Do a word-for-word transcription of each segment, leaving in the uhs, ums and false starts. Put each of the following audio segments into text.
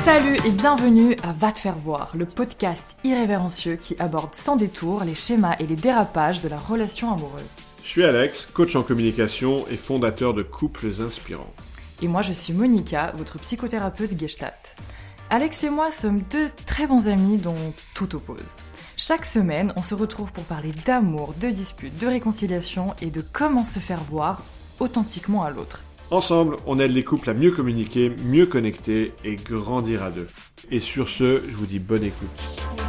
Salut et bienvenue à Va te faire voir, le podcast irrévérencieux qui aborde sans détour les schémas et les dérapages de la relation amoureuse. Je suis Alex, coach en communication et fondateur de Couples Inspirants. Et moi je suis Monica, votre psychothérapeute Gestalt. Alex et moi sommes deux très bons amis dont tout oppose. Chaque semaine, on se retrouve pour parler d'amour, de disputes, de réconciliation et de comment se faire voir authentiquement à l'autre. Ensemble, on aide les couples à mieux communiquer, mieux connecter et grandir à deux. Et sur ce, je vous dis bonne écoute.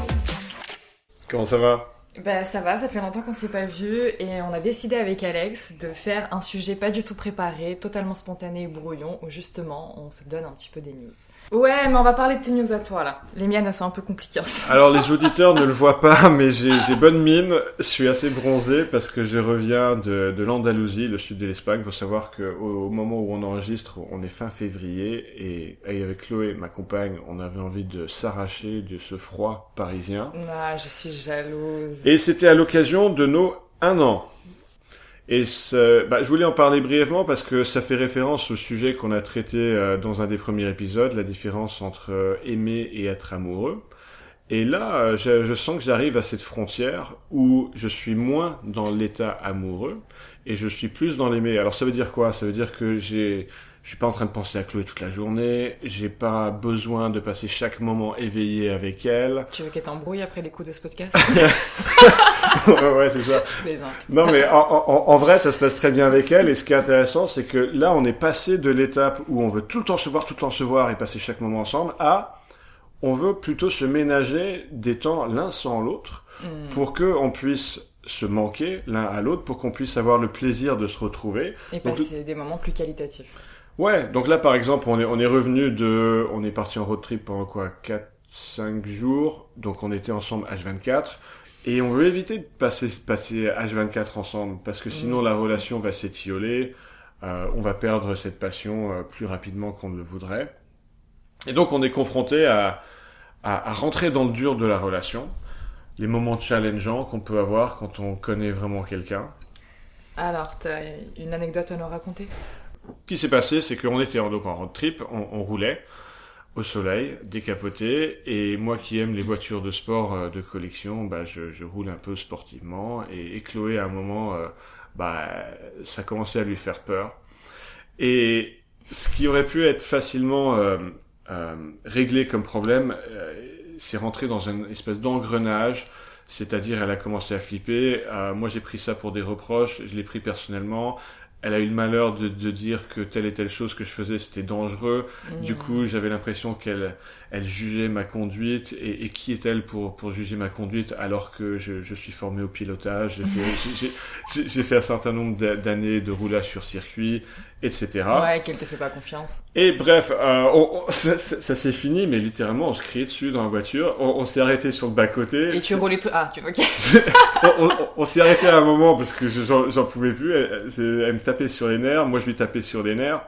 Comment ça va ? Bah ça va, ça fait longtemps qu'on s'est pas vu et on a décidé avec Alex de faire un sujet pas du tout préparé, totalement spontané et brouillon, où justement on se donne un petit peu des news. Ouais, mais on va parler de tes news à toi là. Les miennes elles sont un peu compliquées. Alors les auditeurs ne le voient pas, mais j'ai, j'ai bonne mine, je suis assez bronzé parce que je reviens de, de l'Andalousie, le sud de l'Espagne. Il faut savoir qu'au au moment où on enregistre, on est fin février et, et avec Chloé, ma compagne, on avait envie de s'arracher de ce froid parisien. Ah, je suis jalouse. Et c'était à l'occasion de nos un an. Et bah, je voulais en parler brièvement parce que ça fait référence au sujet qu'on a traité euh, dans un des premiers épisodes, la différence entre euh, aimer et être amoureux. Et là, euh, je, je sens que j'arrive à cette frontière où je suis moins dans l'état amoureux et je suis plus dans l'aimer. Alors ça veut dire quoi ? Ça veut dire que j'ai... Je suis pas en train de penser à Chloé toute la journée, j'ai pas besoin de passer chaque moment éveillé avec elle. Tu veux qu'elle t'embrouille après l'écoute de ce podcast ? ouais, ouais, c'est ça. Je plaisante. Non, mais en, en, en vrai, ça se passe très bien avec elle. Et ce qui est intéressant, c'est que là, on est passé de l'étape où on veut tout le temps se voir, tout le temps se voir et passer chaque moment ensemble, à on veut plutôt se ménager des temps l'un sans l'autre mm. pour que on puisse se manquer l'un à l'autre, pour qu'on puisse avoir le plaisir de se retrouver. Et Donc, passer des moments plus qualitatifs. Ouais, donc là par exemple, on est on est revenu de on est parti en road trip pendant quoi quatre cinq jours. Donc on était ensemble H vingt-quatre et on veut éviter de passer passer H vingt-quatre ensemble parce que sinon mmh. la relation va s'étioler, euh, on va perdre cette passion euh, plus rapidement qu'on ne le voudrait. Et donc on est confronté à, à à rentrer dans le dur de la relation, les moments challengeants qu'on peut avoir quand on connaît vraiment quelqu'un. Alors, t'as une anecdote à nous raconter ? Ce qui s'est passé, c'est qu'on était en, donc en road trip, on, on roulait au soleil, décapoté, et moi qui aime les voitures de sport euh, de collection, bah je, je roule un peu sportivement, et, et Chloé à un moment, euh, bah ça commençait à lui faire peur. Et ce qui aurait pu être facilement euh, euh, réglé comme problème, euh, c'est rentré dans une espèce d'engrenage. C'est-à-dire, elle a commencé à flipper. Euh, moi, j'ai pris ça pour des reproches. Je l'ai pris personnellement. Elle a eu le malheur de, de dire que telle et telle chose que je faisais, c'était dangereux. Mmh. Du coup, j'avais l'impression qu'elle elle jugeait ma conduite. Et, et qui est-elle pour, pour juger ma conduite alors que je, je suis formé au pilotage. J'ai fait, j'ai, j'ai, j'ai fait un certain nombre d'années de roulage sur circuit, et cetera. Ouais, qu'elle te fait pas confiance. Et bref, euh, on, on, ça, ça, ça s'est fini, mais littéralement, on se criait dessus dans la voiture. On, on s'est arrêté sur le bas-côté. Et tu roulais tout... Ah, tu ok. on, on, on s'est arrêté à un moment parce que je, j'en, j'en pouvais plus. Elle, elle me tapait sur les nerfs, moi je lui tapais sur les nerfs.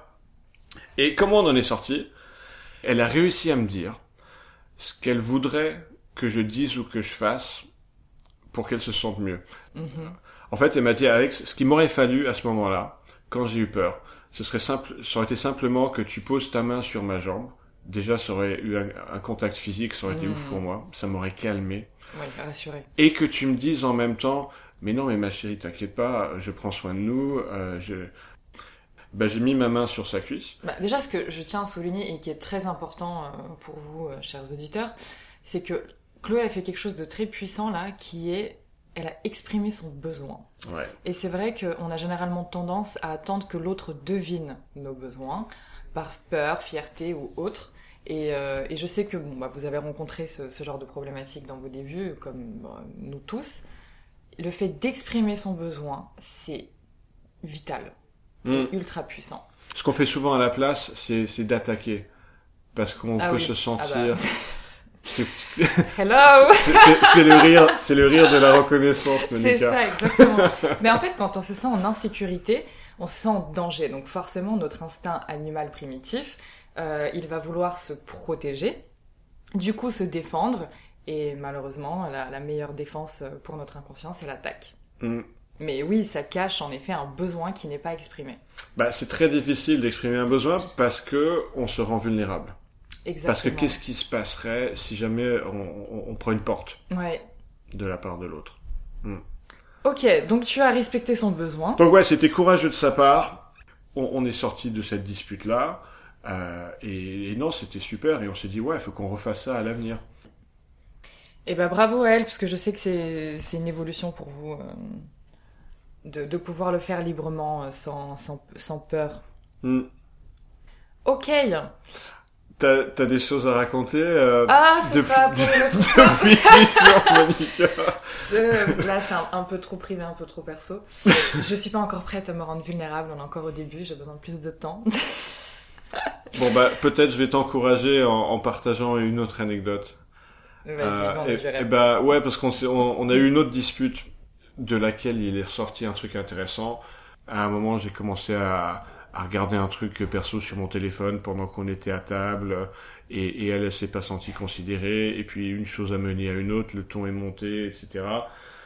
Et comment on en est sorti ? Elle a réussi à me dire ce qu'elle voudrait que je dise ou que je fasse pour qu'elle se sente mieux. Mm-hmm. En fait, elle m'a dit, Alex, ce qu'il m'aurait fallu à ce moment-là, quand j'ai eu peur, ce serait simple, ça aurait été simplement que tu poses ta main sur ma jambe. Déjà, ça aurait eu un, un contact physique, ça aurait été mmh. ouf pour moi. Ça m'aurait calmé. Ouais, rassuré. Et que tu me dises en même temps, mais non, mais ma chérie, t'inquiète pas, je prends soin de nous, euh, je... Bah, j'ai mis ma main sur sa cuisse. Bah, déjà, ce que je tiens à souligner et qui est très important euh, pour vous, euh, chers auditeurs, c'est que Chloé a fait quelque chose de très puissant là, qui est, elle a exprimé son besoin. Ouais. Et c'est vrai qu'on a généralement tendance à attendre que l'autre devine nos besoins, par peur, fierté ou autre. Et, euh, et je sais que bon, bah, vous avez rencontré ce, ce genre de problématique dans vos débuts, comme bah, nous tous. Le fait d'exprimer son besoin, c'est vital. Mmh. Ultra puissant. Ce qu'on fait souvent à la place, c'est, c'est d'attaquer. Parce qu'on ah peut oui. se sentir... Ah bah. C'est... Hello. c'est, c'est, c'est le rire, c'est le rire de la reconnaissance, Monica. C'est ça, exactement. Mais en fait, quand on se sent en insécurité, on se sent en danger. Donc forcément, notre instinct animal primitif, euh, il va vouloir se protéger, du coup se défendre. Et malheureusement, la, la meilleure défense pour notre inconscient, c'est l'attaque. Mm. Mais oui, ça cache en effet un besoin qui n'est pas exprimé. Bah, c'est très difficile d'exprimer un besoin parce que on se rend vulnérable. Exactement. Parce que qu'est-ce qui se passerait si jamais on, on, on prend une porte ouais. de la part de l'autre. Hmm. Ok, donc tu as respecté son besoin. Donc ouais, c'était courageux de sa part. On, on est sorti de cette dispute-là. Euh, et, et non, c'était super. Et on s'est dit, ouais, il faut qu'on refasse ça à l'avenir. Et ben bravo à elle, parce que je sais que c'est, c'est une évolution pour vous, euh, de, de pouvoir le faire librement, euh, sans, sans, sans peur. Hmm. Ok. T'as, t'as des choses à raconter euh, Ah, c'est depuis, ça, pour une autre fois. depuis l'émission, Monica. Euh, là, c'est un, un peu trop privé, un peu trop perso. Je suis pas encore prête à me rendre vulnérable, on est encore au début, j'ai besoin de plus de temps. Bon bah, peut-être je vais t'encourager en, en partageant une autre anecdote. Vas-y, Euh, bon, et, je verrai. et bah ouais, parce qu'on s'est, on, on a eu une autre dispute de laquelle il est ressorti un truc intéressant. À un moment, j'ai commencé à, à regarder un truc perso sur mon téléphone pendant qu'on était à table, et, et elle, elle s'est pas sentie considérée, et puis une chose a mené à une autre, le ton est monté, et cetera.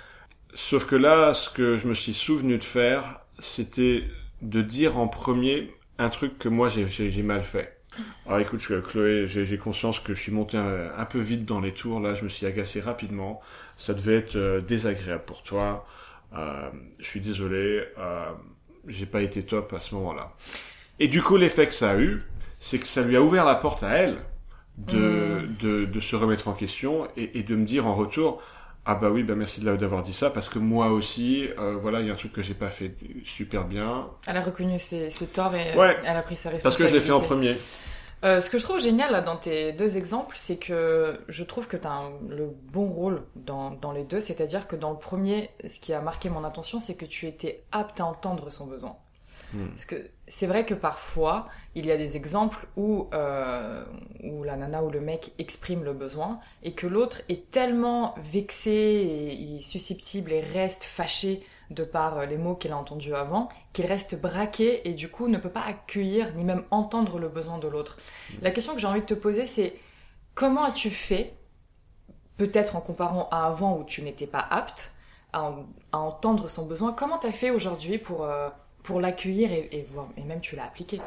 Sauf que là, ce que je me suis souvenu de faire, c'était de dire en premier un truc que moi j'ai, j'ai, j'ai mal fait. Alors écoute, Chloé, j'ai, j'ai conscience que je suis monté un, un peu vite dans les tours, là, je me suis agacé rapidement, ça devait être euh, désagréable pour toi, euh, je suis désolé, euh, j'ai pas été top à ce moment-là. Et du coup, l'effet que ça a eu, c'est que ça lui a ouvert la porte à elle de, mmh. de, de se remettre en question et, et de me dire en retour, ah bah oui, bah merci de d'avoir dit ça, parce que moi aussi, euh, voilà, il y a un truc que j'ai pas fait super bien. Elle a reconnu ses, ses torts et ouais, elle a pris sa responsabilité. Parce que je l'ai fait en premier. Euh, ce que je trouve génial là dans tes deux exemples, c'est que je trouve que tu as le bon rôle dans, dans les deux, c'est-à-dire que dans le premier, ce qui a marqué mon attention, c'est que tu étais apte à entendre son besoin. Hmm. Parce que c'est vrai que parfois, il y a des exemples où, euh, où la nana ou le mec exprime le besoin et que l'autre est tellement vexé et, et susceptible et reste fâché de par les mots qu'elle a entendus avant, qu'il reste braqué et du coup ne peut pas accueillir ni même entendre le besoin de l'autre. Mmh. La question que j'ai envie de te poser, c'est comment as-tu fait, peut-être en comparant à avant où tu n'étais pas apte à, en, à entendre son besoin, comment t'as fait aujourd'hui pour, euh, pour l'accueillir et, et, voir, et même tu l'as appliqué?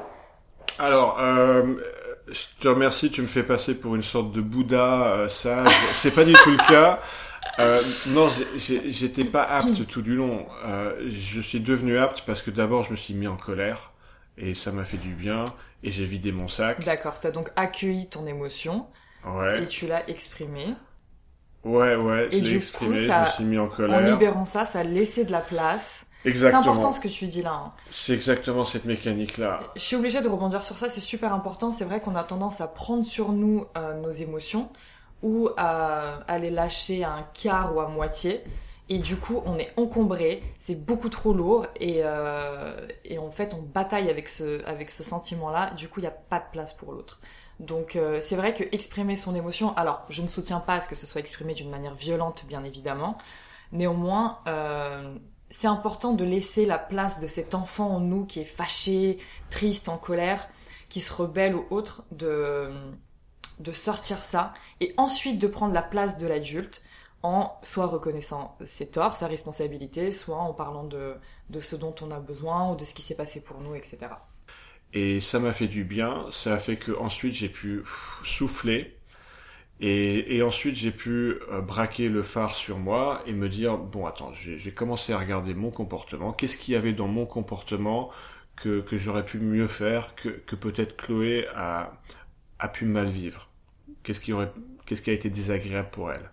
Alors, euh, je te remercie, tu me fais passer pour une sorte de Bouddha euh, sage, c'est pas du tout le cas. Euh, non, j'ai, j'étais pas apte tout du long. Euh, je suis devenu apte parce que d'abord je me suis mis en colère et ça m'a fait du bien et j'ai vidé mon sac. D'accord, t'as donc accueilli ton émotion ouais. et tu l'as exprimé. Ouais, ouais, je et l'ai exprimé, coup, ça, je me suis mis en colère. En libérant ça, ça a laissé de la place. Exactement. C'est important ce que tu dis là. Hein. C'est exactement cette mécanique-là. Je suis obligée de rebondir sur ça, c'est super important. C'est vrai qu'on a tendance à prendre sur nous euh, nos émotions ou à, à les lâcher à un quart ou à moitié. Et du coup, on est encombré, c'est beaucoup trop lourd et, euh, et en fait, on bataille avec ce, avec ce sentiment-là. Du coup, il n'y a pas de place pour l'autre. Donc, euh, c'est vrai que exprimer son émotion... Alors, je ne soutiens pas à ce que ce soit exprimé d'une manière violente, bien évidemment. Néanmoins... Euh, c'est important de laisser la place de cet enfant en nous qui est fâché, triste, en colère, qui se rebelle ou autre, de, de sortir ça, et ensuite de prendre la place de l'adulte en soit reconnaissant ses torts, sa responsabilité, soit en parlant de, de ce dont on a besoin ou de ce qui s'est passé pour nous, et cetera. Et ça m'a fait du bien, ça a fait que ensuite j'ai pu souffler, Et, et ensuite, j'ai pu euh, braquer le phare sur moi et me dire, bon, attends, j'ai, j'ai commencé à regarder mon comportement. Qu'est-ce qu'il y avait dans mon comportement que, que j'aurais pu mieux faire, que, que peut-être Chloé a, a pu mal vivre? Qu'est-ce qui aurait, qu'est-ce qui a été désagréable pour elle?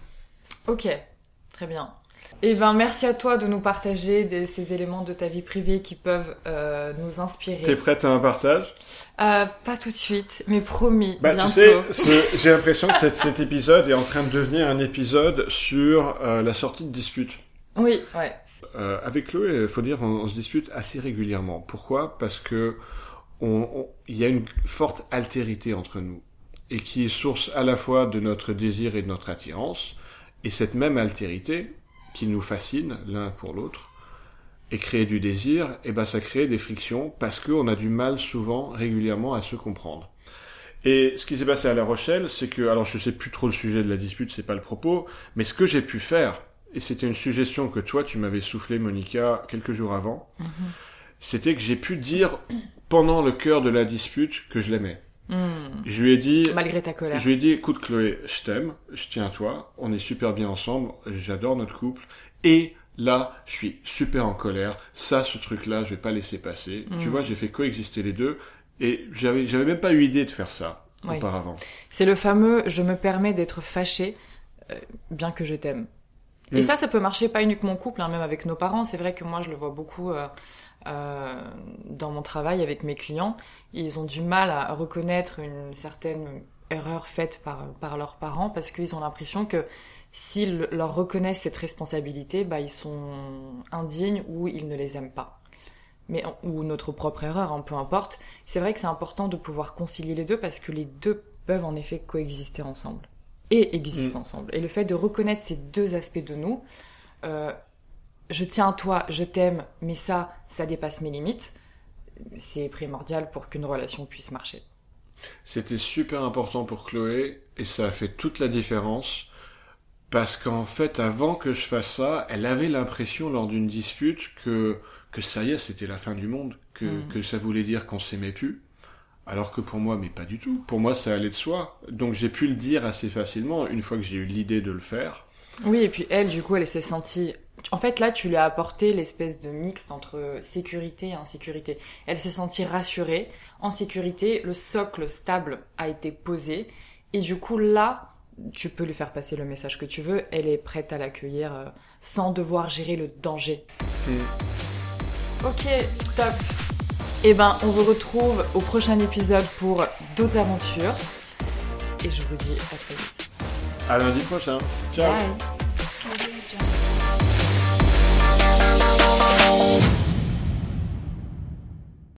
Ok, très bien. Eh ben, merci à toi de nous partager des, ces éléments de ta vie privée qui peuvent euh, nous inspirer. T'es prête à un partage? euh, Pas tout de suite, mais promis, bah, bientôt. Tu sais, ce, j'ai l'impression que cet, cet épisode est en train de devenir un épisode sur euh, la sortie de dispute. Oui, ouais. Euh, avec Chloé, il faut dire, on, on se dispute assez régulièrement. Pourquoi? Parce que on, on, il y a une forte altérité entre nous et qui est source à la fois de notre désir et de notre attirance. Et cette même altérité qui nous fascine l'un pour l'autre et créer du désir, et ben ça crée des frictions parce qu'on a du mal souvent, régulièrement, à se comprendre. Et ce qui s'est passé à La Rochelle, c'est que, alors je sais plus trop le sujet de la dispute, c'est pas le propos, mais ce que j'ai pu faire, et c'était une suggestion que toi tu m'avais soufflé, Monica, quelques jours avant, mm-hmm. c'était que j'ai pu dire pendant le cœur de la dispute que je l'aimais. Mm. Je lui ai dit... Malgré ta colère. Je lui ai dit, écoute Chloé, je t'aime, je tiens à toi, on est super bien ensemble, j'adore notre couple, et là, je suis super en colère, ça, ce truc-là, je vais pas laisser passer. Mm. Tu vois, j'ai fait coexister les deux, et j'avais, j'avais même pas eu idée de faire ça oui. auparavant. C'est le fameux « je me permets d'être fâché, euh, bien que je t'aime ». Et mm. ça, ça peut marcher pas uniquement en couple, hein, même avec nos parents. C'est vrai que moi, je le vois beaucoup euh, euh, dans mon travail avec mes clients. Ils ont du mal à reconnaître une certaine erreur faite par, par leurs parents parce qu'ils ont l'impression que s'ils leur reconnaissent cette responsabilité, bah, ils sont indignes ou ils ne les aiment pas. Mais, ou notre propre erreur, hein, peu importe. C'est vrai que c'est important de pouvoir concilier les deux parce que les deux peuvent en effet coexister ensemble. Et existent mmh. ensemble. Et le fait de reconnaître ces deux aspects de nous, euh, je tiens à toi, je t'aime, mais ça, ça dépasse mes limites, c'est primordial pour qu'une relation puisse marcher. C'était super important pour Chloé, et ça a fait toute la différence, parce qu'en fait, avant que je fasse ça, elle avait l'impression lors d'une dispute que, que ça y est, c'était la fin du monde, que, mmh. que ça voulait dire qu'on s'aimait plus. Alors que pour moi, mais pas du tout. Pour moi, ça allait de soi. Donc j'ai pu le dire assez facilement, une fois que j'ai eu l'idée de le faire. Oui, et puis elle, du coup, elle s'est sentie... En fait, là, tu lui as apporté l'espèce de mixte entre sécurité et insécurité. Elle s'est sentie rassurée, en sécurité, le socle stable a été posé, et du coup, là, tu peux lui faire passer le message que tu veux, elle est prête à l'accueillir euh, sans devoir gérer le danger. Mmh. Ok, top. Eh ben, on vous retrouve au prochain épisode pour d'autres aventures. Et je vous dis à très vite. À lundi prochain. Ciao. Bye.